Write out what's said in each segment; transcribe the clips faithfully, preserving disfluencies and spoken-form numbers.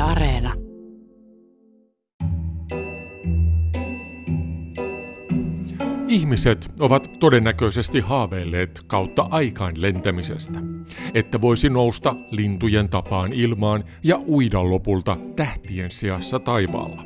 Areena. Ihmiset ovat todennäköisesti haaveilleet kautta aikaan lentämisestä, että voisi nousta lintujen tapaan ilmaan ja uida lopulta tähtien seassa taivaalla.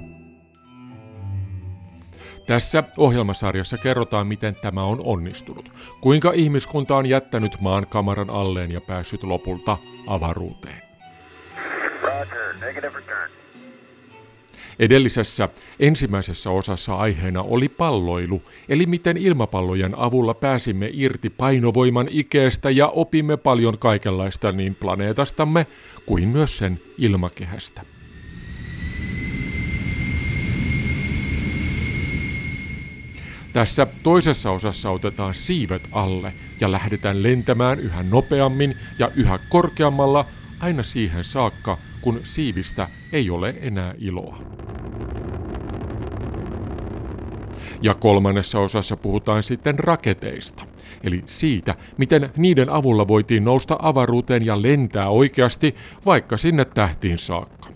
Tässä ohjelmasarjassa kerrotaan, miten tämä on onnistunut, kuinka ihmiskunta on jättänyt maan kamaran alleen ja päässyt lopulta avaruuteen. Roger, negative return. Edellisessä, ensimmäisessä osassa aiheena oli palloilu, eli miten ilmapallojen avulla pääsimme irti painovoiman ikeestä ja opimme paljon kaikenlaista niin planeetastamme kuin myös sen ilmakehästä. Tässä toisessa osassa otetaan siivet alle ja lähdetään lentämään yhä nopeammin ja yhä korkeammalla aina siihen saakka, kun siivistä ei ole enää iloa. Ja kolmannessa osassa puhutaan sitten raketeista, eli siitä, miten niiden avulla voitiin nousta avaruuteen ja lentää oikeasti vaikka sinne tähtiin saakka.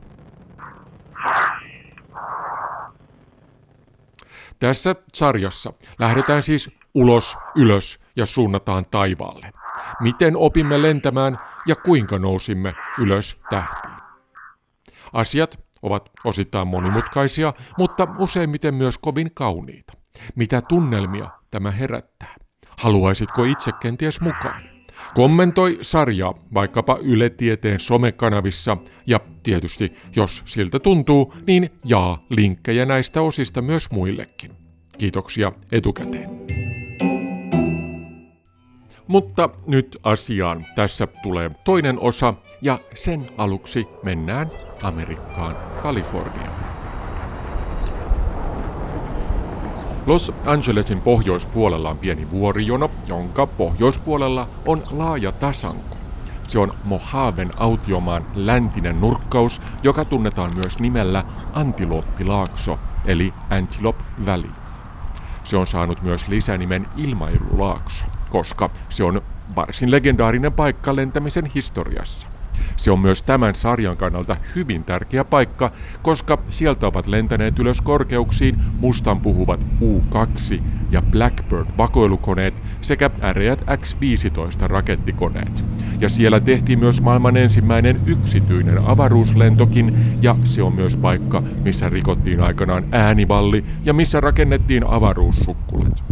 Tässä sarjassa lähdetään siis ulos, ylös ja suunnataan taivaalle. Miten opimme lentämään ja kuinka nousimme ylös tähtiin. Asiat ovat osittain monimutkaisia, mutta useimmiten myös kovin kauniita. Mitä tunnelmia tämä herättää? Haluaisitko itse kenties mukaan? Kommentoi sarjaa vaikkapa Yle Tieteen somekanavissa ja tietysti, jos siltä tuntuu, niin jaa linkkejä näistä osista myös muillekin. Kiitoksia etukäteen. Mutta nyt asiaan. Tässä tulee toinen osa ja sen aluksi mennään Amerikkaan, Kaliforniaan. Los Angelesin pohjoispuolella on pieni vuorijono, jonka pohjoispuolella on laaja tasanko. Se on Mojaven autiomaan läntinen nurkkaus, joka tunnetaan myös nimellä Antilooppilaakso, eli Antelope Valley. Se on saanut myös lisänimen Ilmailulaakso, koska se on varsin legendaarinen paikka lentämisen historiassa. Se on myös tämän sarjan kannalta hyvin tärkeä paikka, koska sieltä ovat lentäneet ylös korkeuksiin mustanpuhuvat U kaksi ja Blackbird-vakoilukoneet sekä äreät X viisitoista rakettikoneet. Ja siellä tehtiin myös maailman ensimmäinen yksityinen avaruuslentokin, ja se on myös paikka, missä rikottiin aikanaan äänivalli ja missä rakennettiin avaruussukkulat.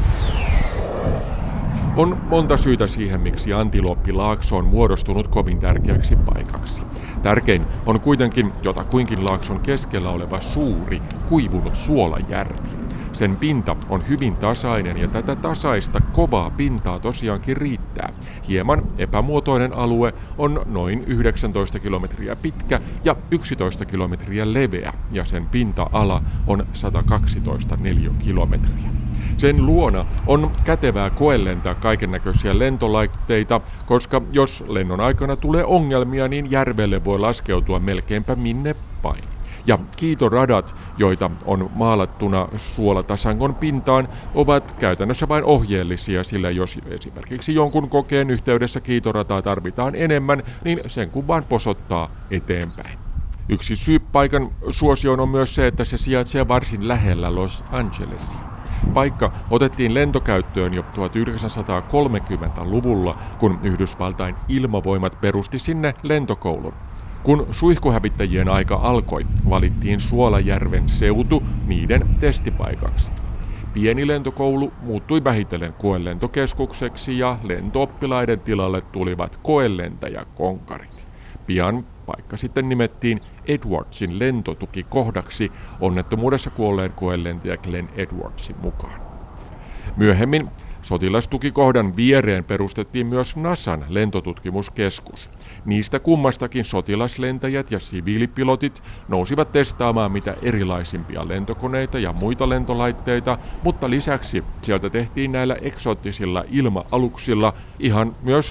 On monta syytä siihen, miksi Antilooppilaakso on muodostunut kovin tärkeäksi paikaksi. Tärkein on kuitenkin jotakuinkin laakson keskellä oleva suuri, kuivunut suolajärvi. Sen pinta on hyvin tasainen ja tätä tasaista, kovaa pintaa tosiaankin riittää. Hieman epämuotoinen alue on noin yhdeksäntoista kilometriä pitkä ja yksitoista kilometriä leveä ja sen pinta-ala on sata kaksitoista neliökilometriä. Sen luona on kätevää koelentää kaikennäköisiä lentolaitteita, koska jos lennon aikana tulee ongelmia, niin järvelle voi laskeutua melkeinpä minne vain. Ja kiitoradat, joita on maalattuna suolatasangon pintaan, ovat käytännössä vain ohjeellisia, sillä jos esimerkiksi jonkun kokeen yhteydessä kiitorataa tarvitaan enemmän, niin sen kun vaan posottaa eteenpäin. Yksi syy paikan suosioon on myös se, että se sijaitsee varsin lähellä Los Angelesia. Paikka otettiin lentokäyttöön jo tuhatyhdeksänsataakolmekymmentäluvulla, kun Yhdysvaltain ilmavoimat perusti sinne lentokoulun. Kun suihkuhävittäjien aika alkoi, valittiin Suolajärven seutu niiden testipaikaksi. Pieni lentokoulu muuttui vähitellen koelentokeskukseksi ja lentooppilaiden tilalle tulivat koelentäjäkonkarit. Pian paikka sitten nimettiin Edwardsin lentotukikohdaksi onnettomuudessa kuolleen koelentäjä Glenn Edwardsin mukaan. Myöhemmin sotilastukikohdan viereen perustettiin myös NASAn lentotutkimuskeskus. Niistä kummastakin sotilaslentäjät ja siviilipilotit nousivat testaamaan mitä erilaisimpia lentokoneita ja muita lentolaitteita, mutta lisäksi sieltä tehtiin näillä eksoottisilla ilma-aluksilla ihan myös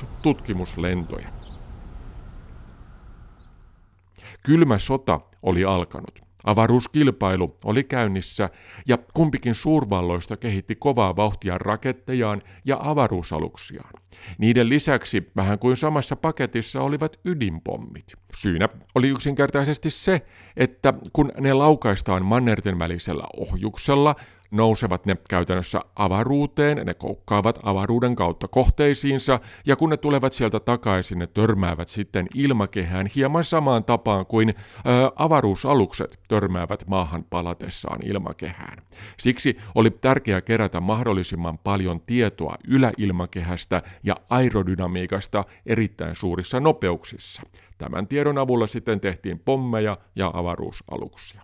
tutkimuslentoja. Kylmä sota oli alkanut. Avaruuskilpailu oli käynnissä ja kumpikin suurvalloista kehitti kovaa vauhtia rakettejaan ja avaruusaluksiaan. Niiden lisäksi vähän kuin samassa paketissa olivat ydinpommit. Syynä oli yksinkertaisesti se, että kun ne laukaistaan mannerten välisellä ohjuksella, nousevat ne käytännössä avaruuteen, ne koukkaavat avaruuden kautta kohteisiinsa, ja kun ne tulevat sieltä takaisin, ne törmäävät sitten ilmakehään hieman samaan tapaan kuin ä, avaruusalukset törmäävät maahan palatessaan ilmakehään. Siksi oli tärkeää kerätä mahdollisimman paljon tietoa yläilmakehästä ja aerodynamiikasta erittäin suurissa nopeuksissa. Tämän tiedon avulla sitten tehtiin pommeja ja avaruusaluksia.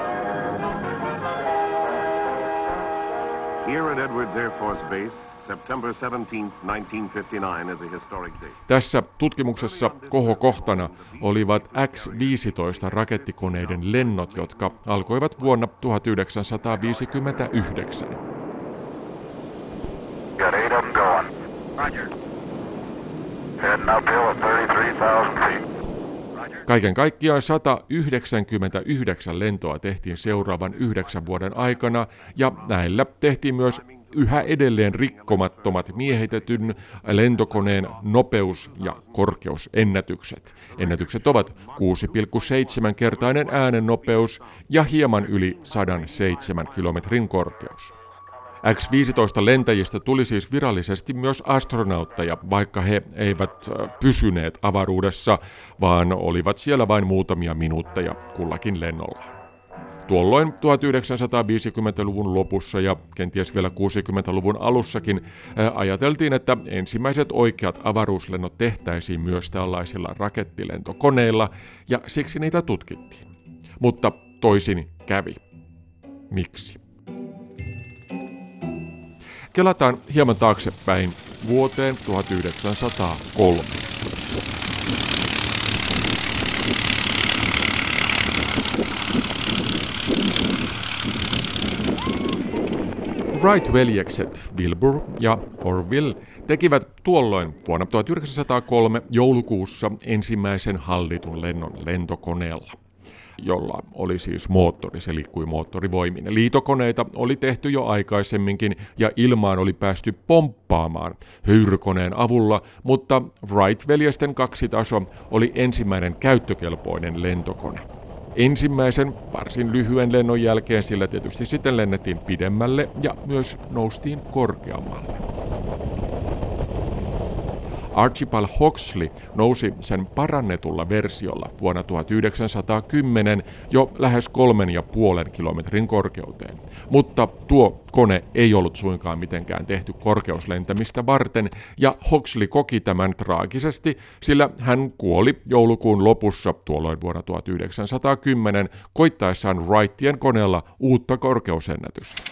Here at Edwards Air Force Base, September seventeenth, nineteen fifty-nine is a historic date. Tässä tutkimuksessa kohokohtana olivat X viisitoista rakettikoneiden lennot, jotka alkoivat vuonna tuhatyhdeksänsataaviisikymmentäyhdeksän. Got eight of them going. Roger. Heading uphill at thirty-three thousand feet. Kaiken kaikkiaan sata yhdeksänkymmentäyhdeksän lentoa tehtiin seuraavan yhdeksän vuoden aikana, ja näillä tehtiin myös yhä edelleen rikkomattomat miehitetyn lentokoneen nopeus- ja korkeusennätykset. Ennätykset ovat kuusi pilkku seitsemän kertainen äänennopeus ja hieman yli sata seitsemän kilometrin korkeus. X viisitoista lentäjistä tuli siis virallisesti myös astronautteja, vaikka he eivät pysyneet avaruudessa, vaan olivat siellä vain muutamia minuutteja kullakin lennolla. Tuolloin tuhatyhdeksänsataaviisikymmentäluvun lopussa ja kenties vielä kuusikymmentäluvun alussakin ajateltiin, että ensimmäiset oikeat avaruuslennot tehtäisiin myös tällaisilla rakettilentokoneilla, ja siksi niitä tutkittiin. Mutta toisin kävi. Miksi? Kelataan hieman taaksepäin vuoteen tuhatyhdeksänsataakolme. Wright-veljekset Wilbur ja Orville tekivät tuolloin vuonna tuhatyhdeksänsataakolme joulukuussa ensimmäisen hallitun lennon lentokoneella, jolla oli siis moottori, se liikkui moottorivoimin. Liitokoneita oli tehty jo aikaisemminkin ja ilmaan oli päästy pomppaamaan höyrykoneen avulla, mutta Wright-veljesten kaksitaso oli ensimmäinen käyttökelpoinen lentokone. Ensimmäisen varsin lyhyen lennon jälkeen sillä tietysti sitten lennettiin pidemmälle ja myös noustiin korkeammalle. Archibald Huxley nousi sen parannetulla versiolla vuonna tuhatyhdeksänsataakymmenen jo lähes kolmen ja puolen kilometrin korkeuteen. Mutta tuo kone ei ollut suinkaan mitenkään tehty korkeuslentämistä varten, ja Huxley koki tämän traagisesti, sillä hän kuoli joulukuun lopussa tuolloin vuonna tuhatyhdeksänsataakymmenen koittaessaan Wrightien koneella uutta korkeusennätystä.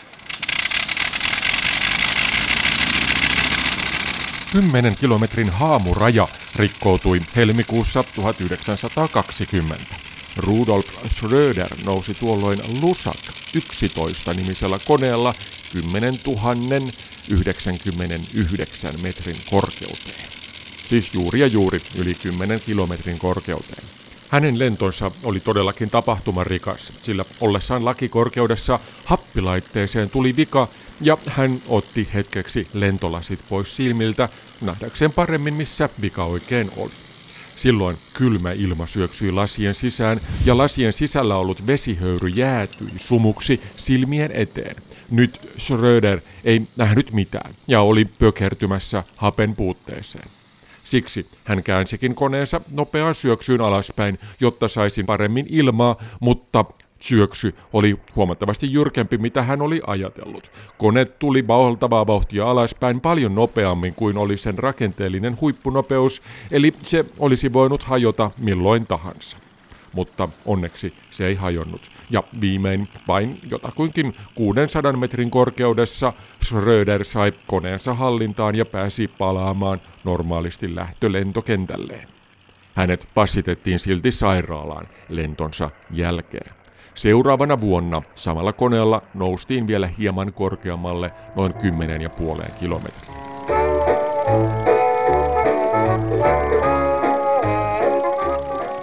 Kymmenen kilometrin haamuraja rikkoutui helmikuussa tuhatyhdeksänsataakaksikymmentä. Rudolf Schröder nousi tuolloin Lusak yksitoista nimisellä koneella kymmenentuhatta yhdeksänkymmentäyhdeksän metrin korkeuteen. Siis juuri ja juuri yli kymmenen kilometrin korkeuteen. Hänen lentonsa oli todellakin tapahtumarikas, sillä ollessaan lakikorkeudessa happilaitteeseen tuli vika, ja hän otti hetkeksi lentolasit pois silmiltä, nähdäkseen paremmin missä vika oikein oli. Silloin kylmä ilma syöksyi lasien sisään, ja lasien sisällä ollut vesihöyry jäätyi sumuksi silmien eteen. Nyt Schröder ei nähnyt mitään, ja oli pökertymässä hapen puutteeseen. Siksi hän käänsikin koneensa nopeaan syöksyyn alaspäin, jotta saisi paremmin ilmaa, mutta syöksy oli huomattavasti jyrkempi, mitä hän oli ajatellut. Kone tuli valtavaa vauhtia alaspäin paljon nopeammin kuin oli sen rakenteellinen huippunopeus, eli se olisi voinut hajota milloin tahansa. Mutta onneksi se ei hajonnut, ja viimein vain jotakuinkin kuusisataa metrin korkeudessa Schröder sai koneensa hallintaan ja pääsi palaamaan normaalisti lähtölentokentälleen. Hänet passitettiin silti sairaalaan lentonsa jälkeen. Seuraavana vuonna samalla koneella noustiin vielä hieman korkeammalle noin kymmenen ja puoleen kilometriin.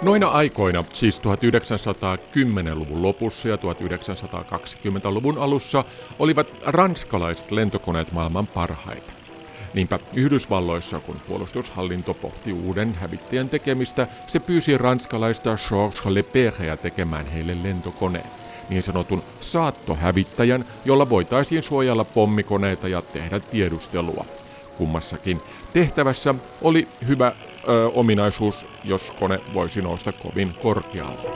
Noina aikoina, siis tuhatyhdeksänsataakymmenluvun lopussa ja tuhatyhdeksänsataakaksikymmentäluvun alussa, olivat ranskalaiset lentokoneet maailman parhaita. Niinpä Yhdysvalloissa, kun puolustushallinto pohti uuden hävittäjän tekemistä, se pyysi ranskalaista Georges Lepairea tekemään heille lentokoneen, niin sanotun saattohävittäjän, jolla voitaisiin suojella pommikoneita ja tehdä tiedustelua. Kummassakin tehtävässä oli hyvä ö, ominaisuus, jos kone voisi nousta kovin korkealle.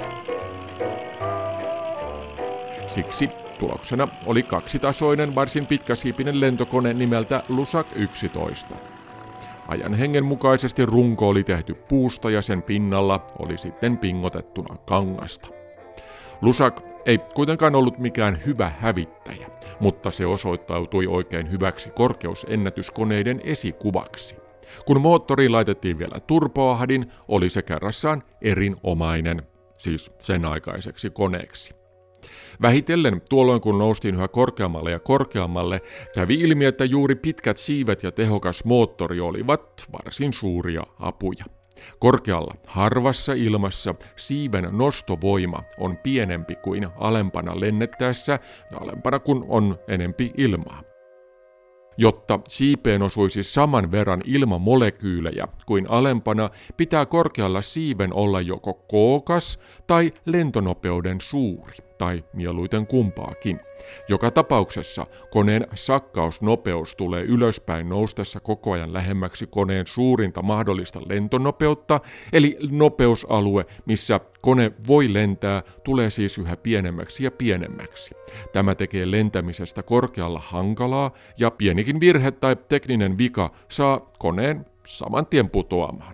Siksi tuloksena oli kaksitasoinen, varsin pitkäsiipinen lentokone nimeltä Lusac yksitoista. Ajan hengen mukaisesti runko oli tehty puusta ja sen pinnalla oli sitten pingotettuna kangasta. Lusac ei kuitenkaan ollut mikään hyvä hävittäjä, mutta se osoittautui oikein hyväksi korkeusennätyskoneiden esikuvaksi. Kun moottoriin laitettiin vielä turboahdin, oli se kerrassaan erinomainen, siis sen aikaiseksi koneeksi. Vähitellen tuolloin kun noustiin yhä korkeammalle ja korkeammalle, kävi ilmi, että juuri pitkät siivet ja tehokas moottori olivat varsin suuria apuja. Korkealla, harvassa ilmassa siiven nostovoima on pienempi kuin alempana lennettäessä ja alempana kun on enempi ilmaa. Jotta siipeen osuisi saman verran ilmamolekyylejä kuin alempana, pitää korkealla siiven olla joko kookas tai lentonopeuden suuri, tai mieluiten kumpaakin. Joka tapauksessa koneen sakkausnopeus tulee ylöspäin noustessa koko ajan lähemmäksi koneen suurinta mahdollista lentonopeutta, eli nopeusalue, missä kone voi lentää, tulee siis yhä pienemmäksi ja pienemmäksi. Tämä tekee lentämisestä korkealla hankalaa, ja pienikin virhe tai tekninen vika saa koneen saman tien putoamaan.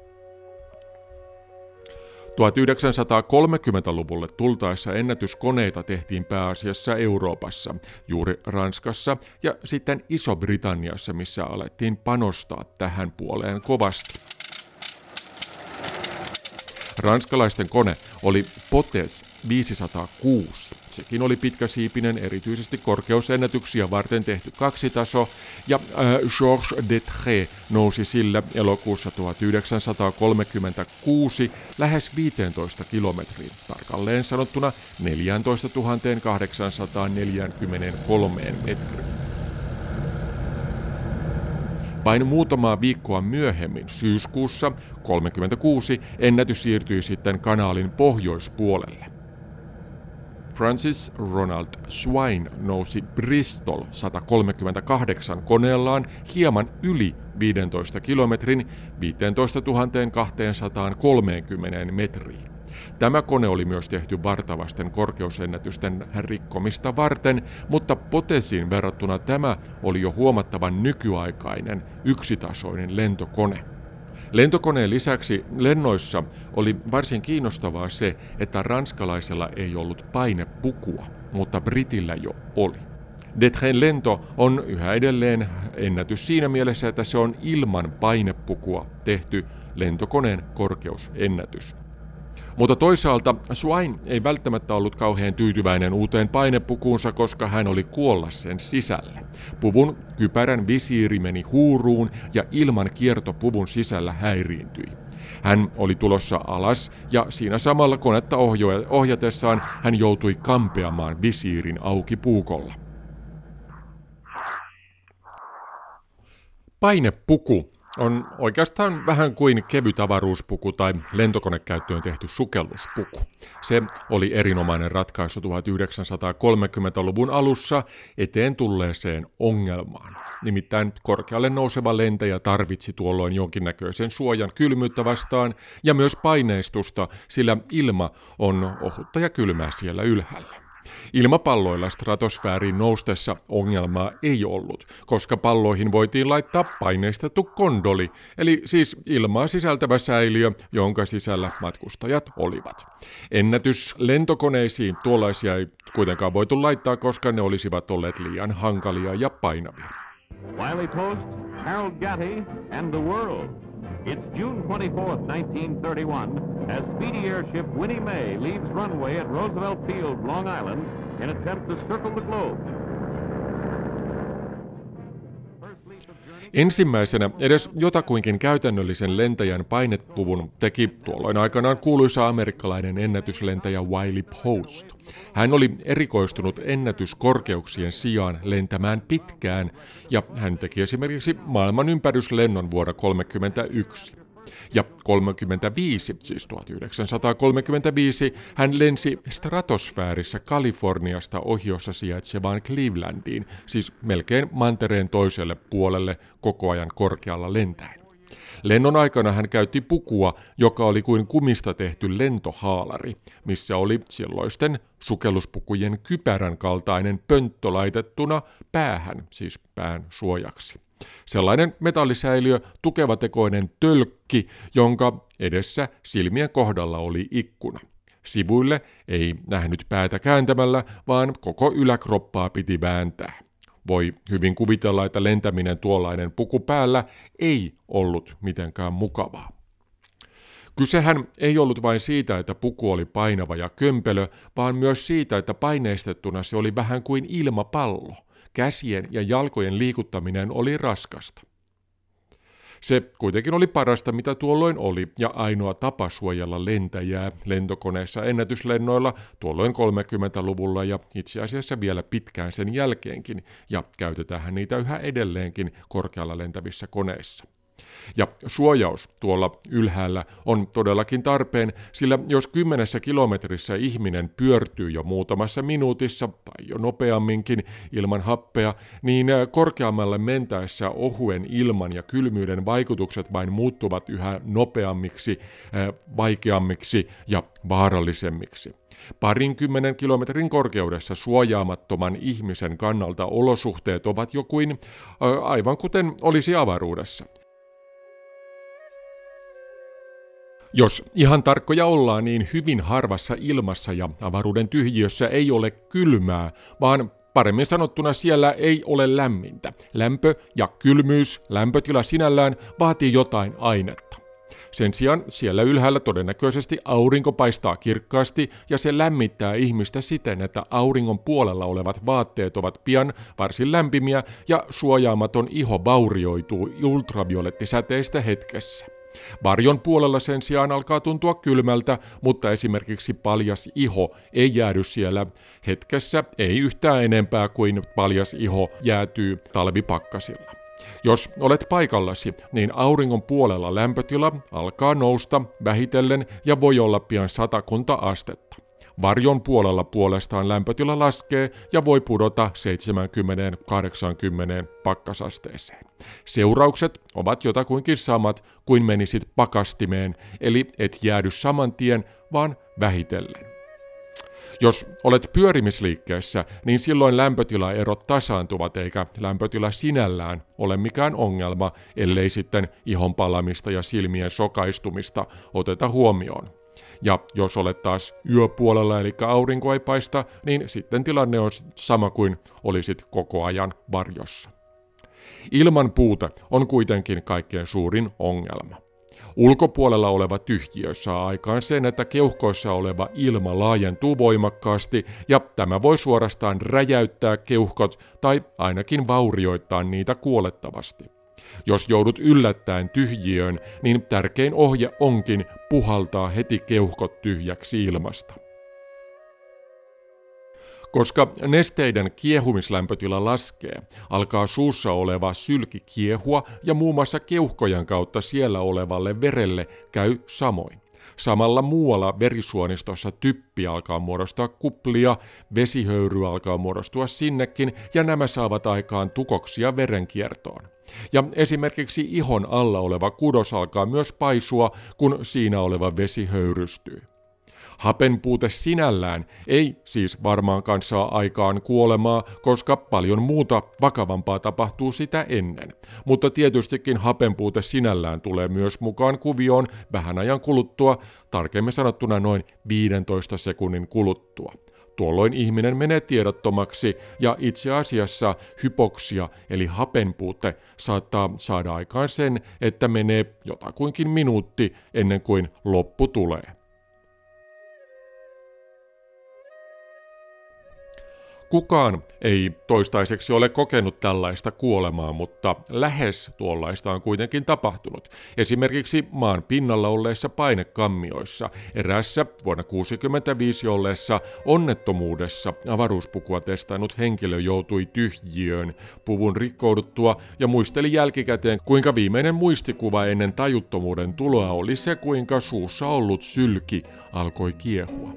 tuhatyhdeksänsataakolmekymmentäluvulle tultaessa ennätyskoneita tehtiin pääasiassa Euroopassa, juuri Ranskassa ja sitten Iso-Britanniassa, missä alettiin panostaa tähän puoleen kovasti. Ranskalaisten kone oli Potez viisisataakuusi. Sekin oli pitkäsiipinen, erityisesti korkeusennätyksiä varten tehty kaksitaso, ja äh, Georges Detré nousi sillä elokuussa tuhatyhdeksänsataakolmekymmentäkuusi lähes viisitoista kilometriin, tarkalleen sanottuna neljätoistatuhatta kahdeksansataaneljäkymmentäkolme metriin. Vain muutamaa viikkoa myöhemmin, syyskuussa kolmekymmentäkuusi, ennätys siirtyi sitten kanaalin pohjoispuolelle. Francis Ronald Swain nousi Bristol sata kolmekymmentäkahdeksan koneellaan hieman yli viisitoista kilometrin viisitoistatuhatta kaksisataakolmekymmentä metriin. Tämä kone oli myös tehty vartavasten korkeusennätysten rikkomista varten, mutta Potezin verrattuna tämä oli jo huomattavan nykyaikainen yksitasoinen lentokone. Lentokoneen lisäksi lennoissa oli varsin kiinnostavaa se, että ranskalaisella ei ollut painepukua, mutta Britillä jo oli. Detrén lento on yhä edelleen ennätys siinä mielessä, että se on ilman painepukua tehty lentokoneen korkeusennätys. Mutta toisaalta Swain ei välttämättä ollut kauhean tyytyväinen uuteen painepukuunsa, koska hän oli kuolla sen sisällä. Puvun kypärän visiiri meni huuruun ja ilman kierto puvun sisällä häiriintyi. Hän oli tulossa alas ja siinä samalla konetta ohjatessaan hän joutui kampeamaan visiirin auki puukolla. Painepuku on oikeastaan vähän kuin kevyt avaruuspuku tai lentokonekäyttöön tehty sukelluspuku. Se oli erinomainen ratkaisu tuhatyhdeksänsataakolmekymmentäluvun alussa eteen tulleeseen ongelmaan. Nimittäin korkealle nouseva lentäjä tarvitsi tuolloin jonkinnäköisen suojan kylmyyttä vastaan ja myös paineistusta, sillä ilma on ohutta ja kylmää siellä ylhäällä. Ilmapalloilla stratosfääriin noustessa ongelmaa ei ollut, koska palloihin voitiin laittaa paineistettu kondoli, eli siis ilmaa sisältävä säiliö, jonka sisällä matkustajat olivat. Ennätys lentokoneisiin tuollaisia ei kuitenkaan voitu laittaa, koska ne olisivat olleet liian hankalia ja painavia. Wiley Post, Harold Gatty, and the world. It's June twenty-fourth, nineteen thirty-one, as speedy airship Winnie Mae leaves runway at Roosevelt Field, Long Island, in attempt to circle the globe. Ensimmäisenä edes jotakuinkin käytännöllisen lentäjän painepuvun teki tuolloin aikanaan kuuluisa amerikkalainen ennätyslentäjä Wiley Post. Hän oli erikoistunut ennätyskorkeuksien sijaan lentämään pitkään, ja hän teki esimerkiksi maailman ympäryslennon vuonna tuhatyhdeksänsataakolmekymmentäyksi. Ja kolmekymmentäviisi, siis tuhatyhdeksänsataakolmekymmentäviisi, hän lensi stratosfäärissä Kaliforniasta ohiossa sijaitsevaan Clevelandiin, siis melkein mantereen toiselle puolelle koko ajan korkealla lentäen. Lennon aikana hän käytti pukua, joka oli kuin kumista tehty lentohaalari, missä oli silloisten sukelluspukujen kypärän kaltainen pönttö laitettuna päähän, siis pään suojaksi. Sellainen metallisäiliö, tukevatekoinen tölkki, jonka edessä silmien kohdalla oli ikkuna. Sivuille ei nähnyt päätä kääntämällä, vaan koko yläkroppaa piti vääntää. Voi hyvin kuvitella, että lentäminen tuollainen puku päällä ei ollut mitenkään mukavaa. Kysehän ei ollut vain siitä, että puku oli painava ja kömpelö, vaan myös siitä, että paineistettuna se oli vähän kuin ilmapallo. Käsien ja jalkojen liikuttaminen oli raskasta. Se kuitenkin oli parasta, mitä tuolloin oli, ja ainoa tapa suojella lentäjää lentokoneessa ennätyslennoilla tuolloin kolmekymmentäluvulla ja itse asiassa vielä pitkään sen jälkeenkin, ja käytetään niitä yhä edelleenkin korkealla lentävissä koneissa. Ja suojaus tuolla ylhäällä on todellakin tarpeen, sillä jos kymmenessä kilometrissä ihminen pyörtyy jo muutamassa minuutissa tai jo nopeamminkin ilman happea, niin korkeammalle mentäessä ohuen ilman ja kylmyyden vaikutukset vain muuttuvat yhä nopeammiksi, vaikeammiksi ja vaarallisemmiksi. Parinkymmenen kilometrin korkeudessa suojaamattoman ihmisen kannalta olosuhteet ovat jo kuin aivan kuten olisi avaruudessa. Jos ihan tarkkoja ollaan, niin hyvin harvassa ilmassa ja avaruuden tyhjiössä ei ole kylmää, vaan paremmin sanottuna siellä ei ole lämmintä. Lämpö ja kylmyys, lämpötila sinällään vaatii jotain ainetta. Sen sijaan siellä ylhäällä todennäköisesti aurinko paistaa kirkkaasti ja se lämmittää ihmistä siten, että auringon puolella olevat vaatteet ovat pian varsin lämpimiä ja suojaamaton iho vaurioituu ultraviolettisäteistä hetkessä. Varjon puolella sen sijaan alkaa tuntua kylmältä, mutta esimerkiksi paljas iho ei jäädy siellä hetkessä, ei yhtään enempää kuin paljas iho jäätyy talvipakkasilla. Jos olet paikallasi, niin auringon puolella lämpötila alkaa nousta vähitellen ja voi olla pian satakunta astetta. Varjon puolella puolestaan lämpötila laskee ja voi pudota seitsemänkymmentä kahdeksankymmentä pakkasasteeseen. Seuraukset ovat jotakuinkin samat kuin menisit pakastimeen, eli et jäädy saman tien, vaan vähitellen. Jos olet pyörimisliikkeessä, niin silloin lämpötilaerot tasaantuvat eikä lämpötila sinällään ole mikään ongelma, ellei sitten ihon palamista ja silmien sokaistumista oteta huomioon. Ja jos olet taas yöpuolella, eli aurinko ei paista, niin sitten tilanne on sama kuin olisit koko ajan varjossa. Ilman puute on kuitenkin kaikkein suurin ongelma. Ulkopuolella oleva tyhjiö saa aikaan sen, että keuhkoissa oleva ilma laajentuu voimakkaasti ja tämä voi suorastaan räjäyttää keuhkot tai ainakin vaurioittaa niitä kuolettavasti. Jos joudut yllättäen tyhjiöön, niin tärkein ohje onkin puhaltaa heti keuhkot tyhjäksi ilmasta. Koska nesteiden kiehumislämpötila laskee, alkaa suussa oleva sylki kiehua ja muun muassa keuhkojen kautta siellä olevalle verelle käy samoin. Samalla muualla verisuonistossa typpi alkaa muodostaa kuplia, vesihöyry alkaa muodostua sinnekin ja nämä saavat aikaan tukoksia verenkiertoon. Ja esimerkiksi ihon alla oleva kudos alkaa myös paisua, kun siinä oleva vesi höyrystyy. Hapenpuute sinällään ei siis varmaankaan saa aikaan kuolemaa, koska paljon muuta vakavampaa tapahtuu sitä ennen. Mutta tietystikin hapenpuute sinällään tulee myös mukaan kuvioon vähän ajan kuluttua, tarkemmin sanottuna noin viidentoista sekunnin kuluttua. Tuolloin ihminen menee tiedottomaksi ja itse asiassa hypoksia eli hapenpuute saattaa saada aikaan sen, että menee jotakuinkin minuutti ennen kuin loppu tulee. Kukaan ei toistaiseksi ole kokenut tällaista kuolemaa, mutta lähes tuollaista on kuitenkin tapahtunut. Esimerkiksi maan pinnalla olleissa painekammioissa, eräässä vuonna tuhatyhdeksänsataakuusikymmentäviisi olleessa onnettomuudessa avaruuspukua testannut henkilö joutui tyhjiöön puvun rikkouduttua ja muisteli jälkikäteen, kuinka viimeinen muistikuva ennen tajuttomuuden tuloa oli se, kuinka suussa ollut sylki alkoi kiehua.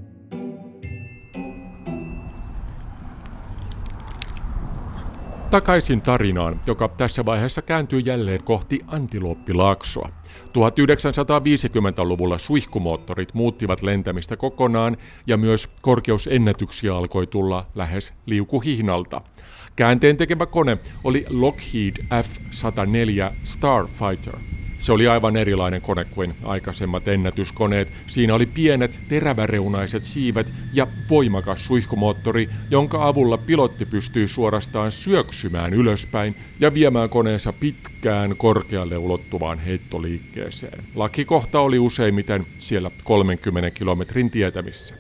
Takaisin tarinaan, joka tässä vaiheessa kääntyy jälleen kohti Antilooppilaaksoa. tuhatyhdeksänsataaviisikymmentäluvulla suihkumoottorit muuttivat lentämistä kokonaan ja myös korkeusennätyksiä alkoi tulla lähes liukuhihnalta. Käänteen tekevä kone oli Lockheed F sata neljä Starfighter. Se oli aivan erilainen kone kuin aikaisemmat ennätyskoneet. Siinä oli pienet teräväreunaiset siivet ja voimakas suihkumoottori, jonka avulla pilotti pystyi suorastaan syöksymään ylöspäin ja viemään koneensa pitkään korkealle ulottuvaan heittoliikkeeseen. Lakikohta oli useimmiten siellä kolmenkymmenen kilometrin tietämissä.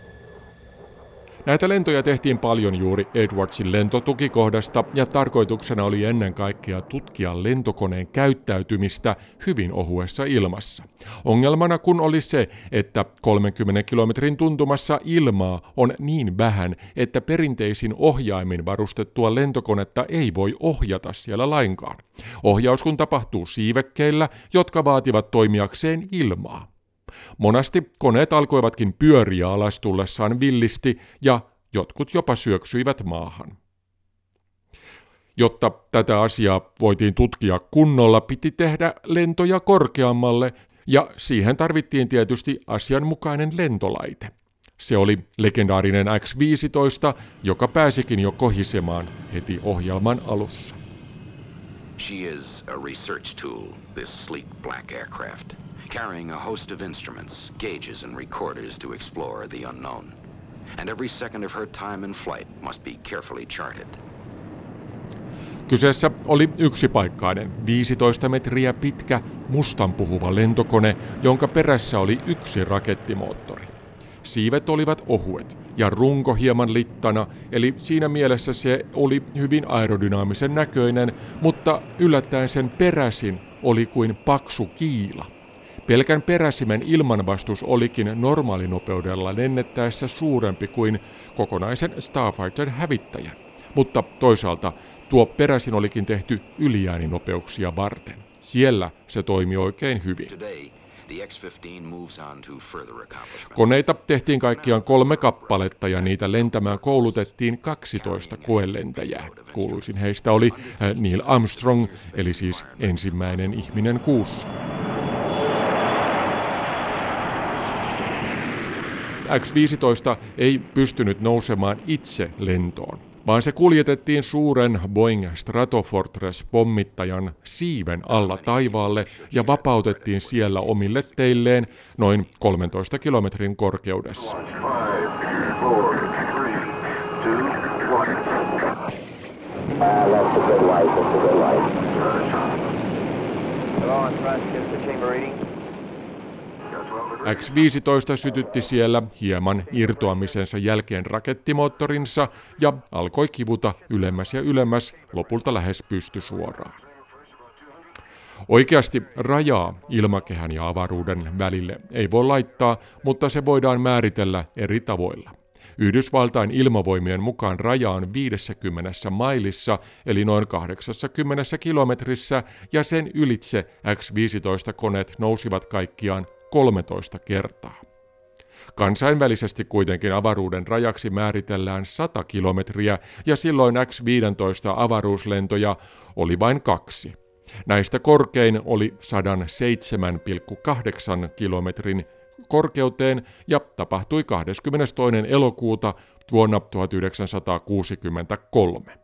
Näitä lentoja tehtiin paljon juuri Edwardsin lentotukikohdasta ja tarkoituksena oli ennen kaikkea tutkia lentokoneen käyttäytymistä hyvin ohuessa ilmassa. Ongelmana kun oli se, että kolmenkymmenen kilometrin tuntumassa ilmaa on niin vähän, että perinteisin ohjaimin varustettua lentokonetta ei voi ohjata siellä lainkaan. Ohjaus kun tapahtuu siivekkeillä, jotka vaativat toimijakseen ilmaa. Monasti koneet alkoivatkin pyöriä alas tullessaan villisti ja jotkut jopa syöksyivät maahan. Jotta tätä asiaa voitiin tutkia kunnolla, piti tehdä lentoja korkeammalle ja siihen tarvittiin tietysti asianmukainen lentolaite. Se oli legendaarinen X viisitoista, joka pääsikin jo kohisemaan heti ohjelman alussa. She is a research tool, this sleek black aircraft, carrying a host of instruments, gauges and recorders to explore the unknown. And every second of her time in flight must be carefully charted. Kyseessä oli yksipaikkainen, viisitoista metriä pitkä, mustanpuhuva lentokone, jonka perässä oli yksi rakettimoottori. Siivet olivat ohuet ja runko hieman littana, eli siinä mielessä se oli hyvin aerodynaamisen näköinen, mutta yllättäen sen peräsin oli kuin paksu kiila. Pelkän peräsimen ilmanvastus olikin normaalinopeudella lennettäessä suurempi kuin kokonaisen Starfighter-hävittäjän. Mutta toisaalta tuo peräsin olikin tehty yliääninopeuksia varten. Siellä se toimi oikein hyvin. Koneita tehtiin kaikkiaan kolme kappaletta ja niitä lentämään koulutettiin kaksitoista koelentäjää. Kuuluisin heistä oli Neil Armstrong, eli siis ensimmäinen ihminen kuussa. X viisitoista ei pystynyt nousemaan itse lentoon, vaan se kuljetettiin suuren Boeing Stratofortress-pommittajan siiven alla taivaalle ja vapautettiin siellä omille teilleen noin kolmentoista kilometrin korkeudessa. X viisitoista sytytti siellä hieman irtoamisensa jälkeen rakettimoottorinsa ja alkoi kivuta ylemmäs ja ylemmäs, lopulta lähes pystysuoraan. Oikeasti rajaa ilmakehän ja avaruuden välille ei voi laittaa, mutta se voidaan määritellä eri tavoilla. Yhdysvaltain ilmavoimien mukaan raja on viisikymmentä mailissa, eli noin kahdeksankymmentä kilometrissä, ja sen ylitse X viisitoista koneet nousivat kaikkiaan kolmetoista kertaa. Kansainvälisesti kuitenkin avaruuden rajaksi määritellään sata kilometriä ja silloin X viisitoista avaruuslentoja oli vain kaksi. Näistä korkein oli sata seitsemän pilkku kahdeksan kilometrin korkeuteen ja tapahtui kahdeskymmenestoinen elokuuta vuonna tuhatyhdeksänsataakuusikymmentäkolme.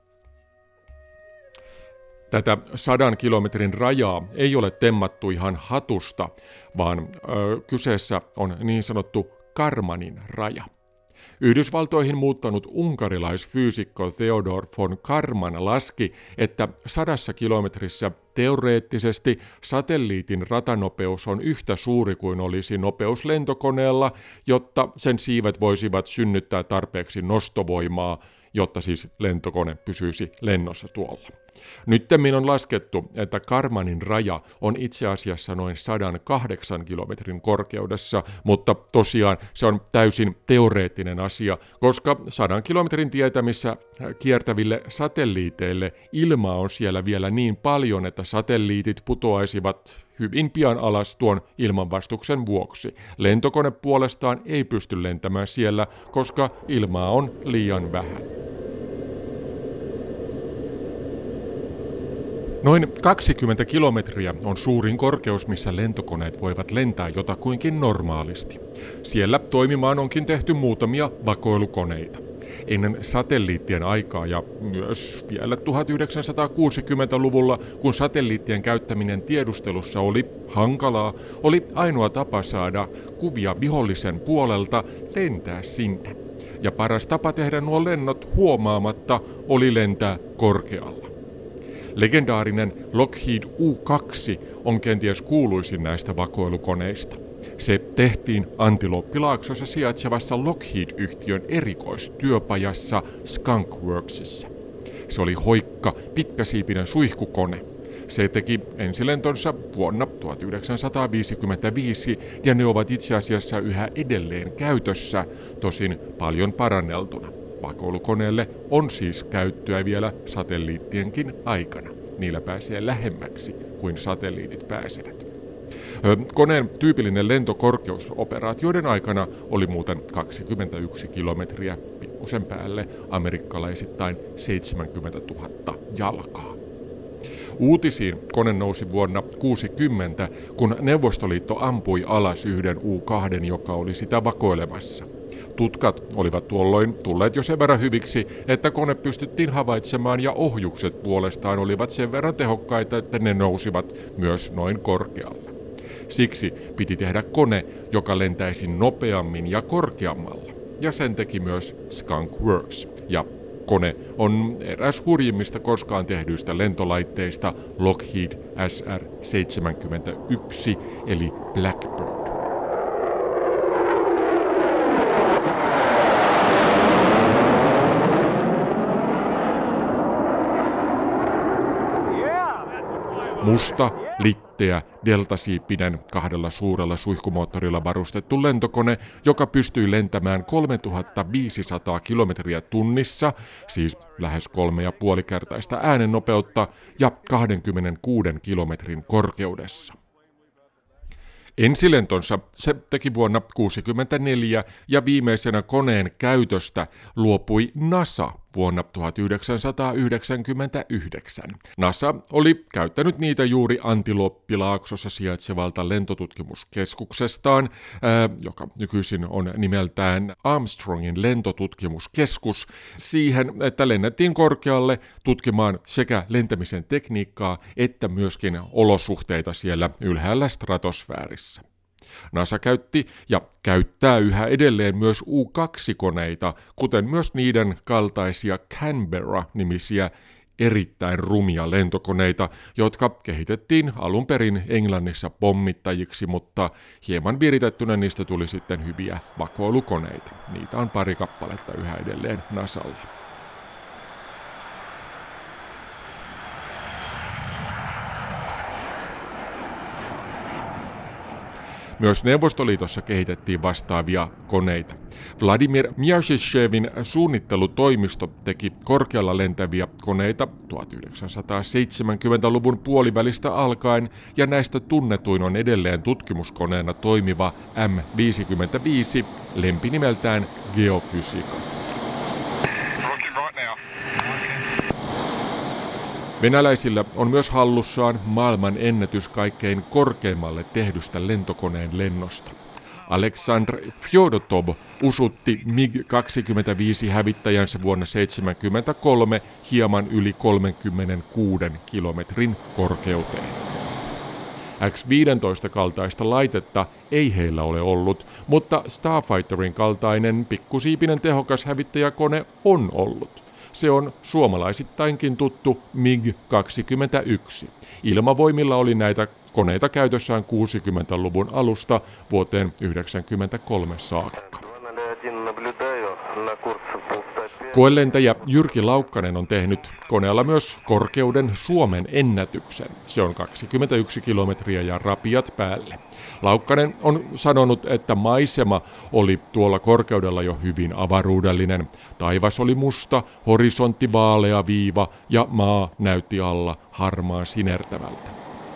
Tätä sadan kilometrin rajaa ei ole temmattu ihan hatusta, vaan ö, kyseessä on niin sanottu Karmanin raja. Yhdysvaltoihin muuttanut unkarilaisfyysikko Theodor von Karman laski, että sadassa kilometrissä teoreettisesti satelliitin ratanopeus on yhtä suuri kuin olisi nopeus lentokoneella, jotta sen siivet voisivat synnyttää tarpeeksi nostovoimaa, jotta siis lentokone pysyisi lennossa tuolla. Nyttemmin on laskettu, että Karmanin raja on itse asiassa noin sata kahdeksan kilometrin korkeudessa, mutta tosiaan se on täysin teoreettinen asia, koska sadan kilometrin tietämissä kiertäville satelliiteille ilmaa on siellä vielä niin paljon, että satelliitit putoaisivat hyvin pian alas tuon ilmanvastuksen vuoksi. Lentokone puolestaan ei pysty lentämään siellä, koska ilmaa on liian vähän. Noin kaksikymmentä kilometriä on suurin korkeus, missä lentokoneet voivat lentää jotakuinkin normaalisti. Siellä toimimaan onkin tehty muutamia vakoilukoneita. Ennen satelliittien aikaa ja myös vielä tuhatyhdeksänsataakuusikymmentäluvulla, kun satelliittien käyttäminen tiedustelussa oli hankalaa, oli ainoa tapa saada kuvia vihollisen puolelta lentää sinne. Ja paras tapa tehdä nuo lennot huomaamatta oli lentää korkealla. Legendaarinen Lockheed U kaksi on kenties kuuluisin näistä vakoilukoneista. Se tehtiin Antilooppilaaksossa sijaitsevassa Lockheed-yhtiön erikoistyöpajassa Skunk Worksissa. Se oli hoikka, pitkäsiipinen suihkukone. Se teki ensilentonsa vuonna tuhatyhdeksänsataaviisikymmentäviisi ja ne ovat itse asiassa yhä edelleen käytössä, tosin paljon paranneltuna. Vakoilukoneelle on siis käyttöä vielä satelliittienkin aikana. Niillä pääsee lähemmäksi kuin satelliitit pääsevät. Koneen tyypillinen lentokorkeus operaatioiden aikana oli muuten kaksikymmentäyksi kilometriä, pikkusen päälle amerikkalaisittain seitsemänkymmentätuhatta jalkaa. Uutisiin kone nousi vuonna tuhatyhdeksänsataakuusikymmentä, kun Neuvostoliitto ampui alas yhden U kaksi, joka oli sitä vakoilemassa. Tutkat olivat tuolloin tulleet jo sen verran hyviksi, että kone pystyttiin havaitsemaan ja ohjukset puolestaan olivat sen verran tehokkaita, että ne nousivat myös noin korkealle. Siksi piti tehdä kone, joka lentäisi nopeammin ja korkeammalla. Ja sen teki myös Skunk Works. Ja kone on eräs hurjimmista koskaan tehdyistä lentolaitteista Lockheed S R seitsemänkymmentäyksi eli Blackbird. Musta, litteä, deltasiippinen, kahdella suurella suihkumoottorilla varustettu lentokone, joka pystyi lentämään kolmetuhattaviisisataa kilometriä tunnissa, siis lähes kolme ja puoli kertaista äänennopeutta ja kaksikymmentäkuusi kilometrin korkeudessa. Ensilentonsa se teki vuonna tuhatyhdeksänsataakuusikymmentäneljä ja viimeisenä koneen käytöstä luopui NASA vuonna tuhatyhdeksänsataayhdeksänkymmentäyhdeksän. NASA oli käyttänyt niitä juuri Antilooppilaaksossa sijaitsevalta lentotutkimuskeskuksestaan, ää, joka nykyisin on nimeltään Armstrongin lentotutkimuskeskus, siihen, että lennettiin korkealle tutkimaan sekä lentämisen tekniikkaa että myöskin olosuhteita siellä ylhäällä stratosfäärissä. NASA käytti ja käyttää yhä edelleen myös U kaksi -koneita, kuten myös niiden kaltaisia Canberra-nimisiä erittäin rumia lentokoneita, jotka kehitettiin alun perin Englannissa pommittajiksi, mutta hieman viritettynä niistä tuli sitten hyviä vakoilukoneita. Niitä on pari kappaletta yhä edelleen NASAlla. Myös Neuvostoliitossa kehitettiin vastaavia koneita. Vladimir Myasishevin suunnittelutoimisto teki korkealla lentäviä koneita tuhatyhdeksänsataaseitsemänkymmentäluvun puolivälistä alkaen, ja näistä tunnetuin on edelleen tutkimuskoneena toimiva M viisikymmentäviisi, lempinimeltään Geofysica. Venäläisillä on myös hallussaan maailman ennätys kaikkein korkeimmalle tehdystä lentokoneen lennosta. Aleksandr Fjodotov usutti mig kaksikymmentäviisi hävittäjänsä vuonna tuhatyhdeksänsataaseitsemänkymmentäkolme hieman yli kolmekymmentäkuusi kilometrin korkeuteen. X viisitoista kaltaista laitetta ei heillä ole ollut, mutta Starfighterin kaltainen pikkusiipinen tehokas hävittäjäkone on ollut. Se on suomalaisittainkin tuttu MiG kaksikymmentäyksi. Ilmavoimilla oli näitä koneita käytössään kuusikymmentäluvun alusta vuoteen yhdeksänkymmentäkolme saakka. Koelentäjä Jyrki Laukkanen on tehnyt koneella myös korkeuden Suomen ennätyksen. Se on kaksikymmentäyksi kilometriä ja rapiat päälle. Laukkanen on sanonut, että maisema oli tuolla korkeudella jo hyvin avaruudellinen. Taivas oli musta, horisontti vaalea viiva ja maa näytti alla harmaan sinertävältä.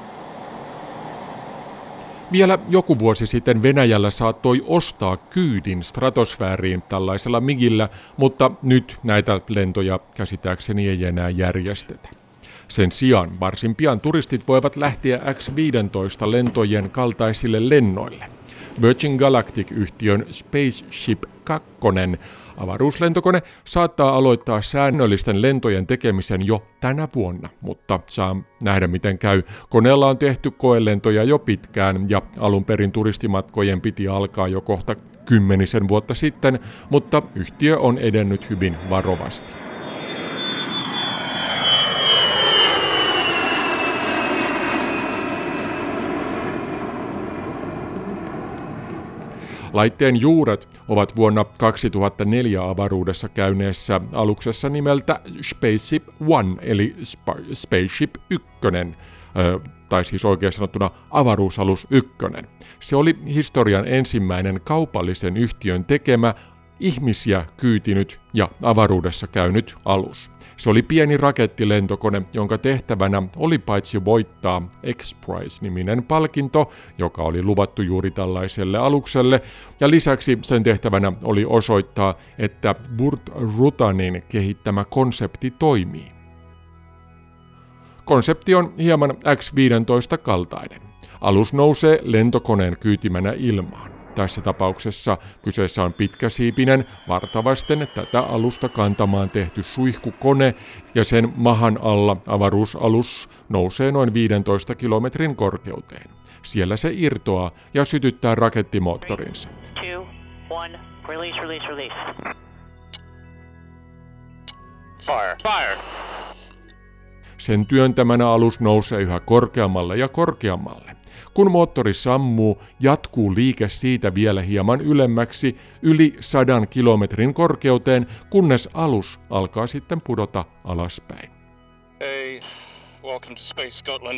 Vielä joku vuosi sitten Venäjällä saattoi ostaa kyydin stratosfääriin tällaisella migillä, mutta nyt näitä lentoja käsittääkseni ei enää järjestetä. Sen sijaan varsin pian turistit voivat lähteä X viisitoista lentojen kaltaisille lennoille. Virgin Galactic-yhtiön Spaceship kaksi avaruuslentokone saattaa aloittaa säännöllisten lentojen tekemisen jo tänä vuonna, mutta saa nähdä miten käy. Koneella on tehty koelentoja jo pitkään ja alun perin turistimatkojen piti alkaa jo kohta kymmenisen vuotta sitten, mutta yhtiö on edennyt hyvin varovasti. Laitteen juuret ovat vuonna kaksituhattaneljä avaruudessa käyneessä aluksessa nimeltä Spaceship One eli Spaceship yksi, tai siis oikein sanottuna avaruusalus ykkönen. Se oli historian ensimmäinen kaupallisen yhtiön tekemä, ihmisiä kyytinyt ja avaruudessa käynyt alus. Se oli pieni rakettilentokone, jonka tehtävänä oli paitsi voittaa X-Prize-niminen palkinto, joka oli luvattu juuri tällaiselle alukselle, ja lisäksi sen tehtävänä oli osoittaa, että Burt Rutanin kehittämä konsepti toimii. Konsepti on hieman X viisitoista kaltainen. Alus nousee lentokoneen kyytimänä ilmaan. Tässä tapauksessa kyseessä on pitkäsiipinen, vartavasten tätä alusta kantamaan tehty suihkukone, ja sen mahan alla avaruusalus nousee noin viidentoista kilometrin korkeuteen. Siellä se irtoaa ja sytyttää rakettimoottorinsa. Two, one, release, release, release. Fire. Fire. Sen työntämänä alus nousee yhä korkeammalle ja korkeammalle. Kun moottori sammuu, jatkuu liike siitä vielä hieman ylemmäksi yli sadan kilometrin korkeuteen, kunnes alus alkaa sitten pudota alaspäin. Hey, welcome to Space Scotland.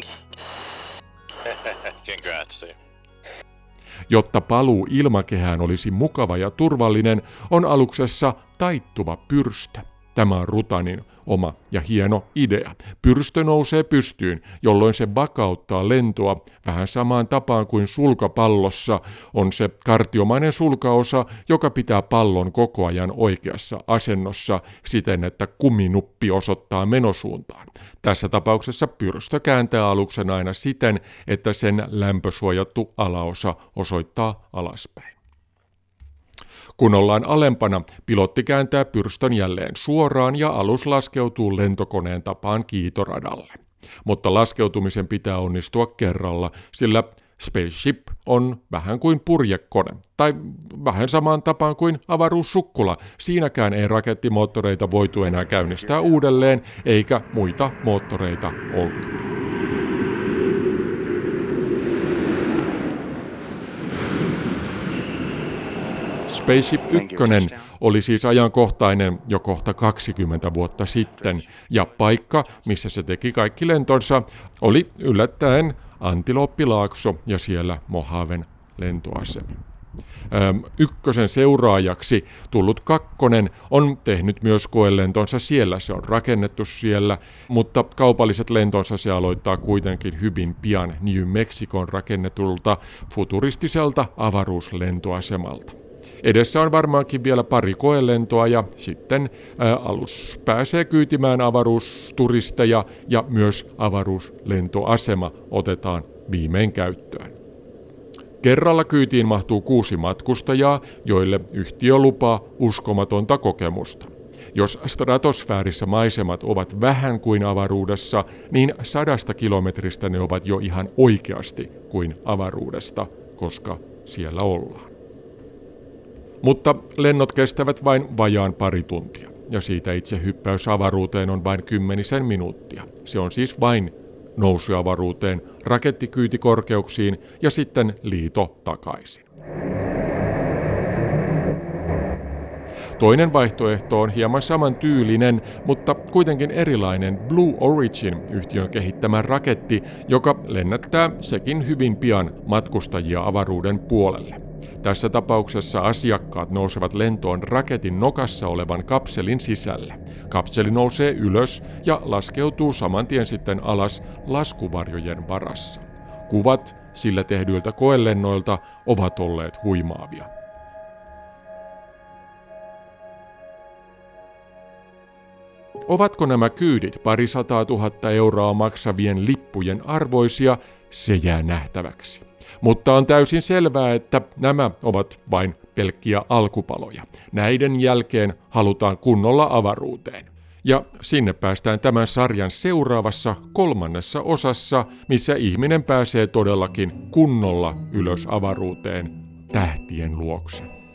Congrats. Jotta paluu ilmakehään olisi mukava ja turvallinen, on aluksessa taittuva pyrstö. Tämä on Rutanin oma ja hieno idea. Pyrstö nousee pystyyn, jolloin se vakauttaa lentoa vähän samaan tapaan kuin sulkapallossa on se kartiomainen sulkaosa, joka pitää pallon koko ajan oikeassa asennossa siten, että kuminuppi osoittaa menosuuntaan. Tässä tapauksessa pyrstö kääntää aluksen aina siten, että sen lämpösuojattu alaosa osoittaa alaspäin. Kun ollaan alempana, pilotti kääntää pyrstön jälleen suoraan ja alus laskeutuu lentokoneen tapaan kiitoradalle. Mutta laskeutumisen pitää onnistua kerralla, sillä Spaceship on vähän kuin purjekone, tai vähän samaan tapaan kuin avaruussukkula. Siinäkään ei rakettimoottoreita voitu enää käynnistää uudelleen, eikä muita moottoreita ollut. Spaceship yksi oli siis ajankohtainen jo kohta kaksikymmentä vuotta sitten, ja paikka, missä se teki kaikki lentonsa, oli yllättäen Antilooppilaakso ja siellä Mojaven lentoasema. Öm, ykkösen seuraajaksi tullut kakkonen on tehnyt myös koelentonsa siellä, se on rakennettu siellä, mutta kaupalliset lentonsa se aloittaa kuitenkin hyvin pian New Mexicon rakennetulta futuristiselta avaruuslentoasemalta. Edessä on varmaankin vielä pari koelentoa ja sitten ää, alus pääsee kyytimään avaruusturisteja ja myös avaruuslentoasema otetaan viimein käyttöön. Kerralla kyytiin mahtuu kuusi matkustajaa, joille yhtiö lupaa uskomatonta kokemusta. Jos stratosfäärissä maisemat ovat vähän kuin avaruudessa, niin sadasta kilometristä ne ovat jo ihan oikeasti kuin avaruudesta, koska siellä ollaan. Mutta lennot kestävät vain vajaan pari tuntia. ja siitä itse hyppäys avaruuteen on vain kymmenisen minuuttia. Se on siis vain nousu avaruuteen, rakettikyyti korkeuksiin ja sitten liito takaisin. Toinen vaihtoehto on hieman samantyylinen, mutta kuitenkin erilainen Blue Origin-yhtiön kehittämä raketti, joka lennättää sekin hyvin pian matkustajia avaruuden puolelle. Tässä tapauksessa asiakkaat nousevat lentoon raketin nokassa olevan kapselin sisälle. Kapseli nousee ylös ja laskeutuu saman tien sitten alas laskuvarjojen varassa. Kuvat sillä tehdyiltä koelennoilta ovat olleet huimaavia. Ovatko nämä kyydit parisataa tuhatta euroa maksavien lippujen arvoisia, se jää nähtäväksi. Mutta on täysin selvää, että nämä ovat vain pelkkiä alkupaloja. Näiden jälkeen halutaan kunnolla avaruuteen. Ja sinne päästään tämän sarjan seuraavassa kolmannessa osassa, missä ihminen pääsee todellakin kunnolla ylös avaruuteen tähtien luokse.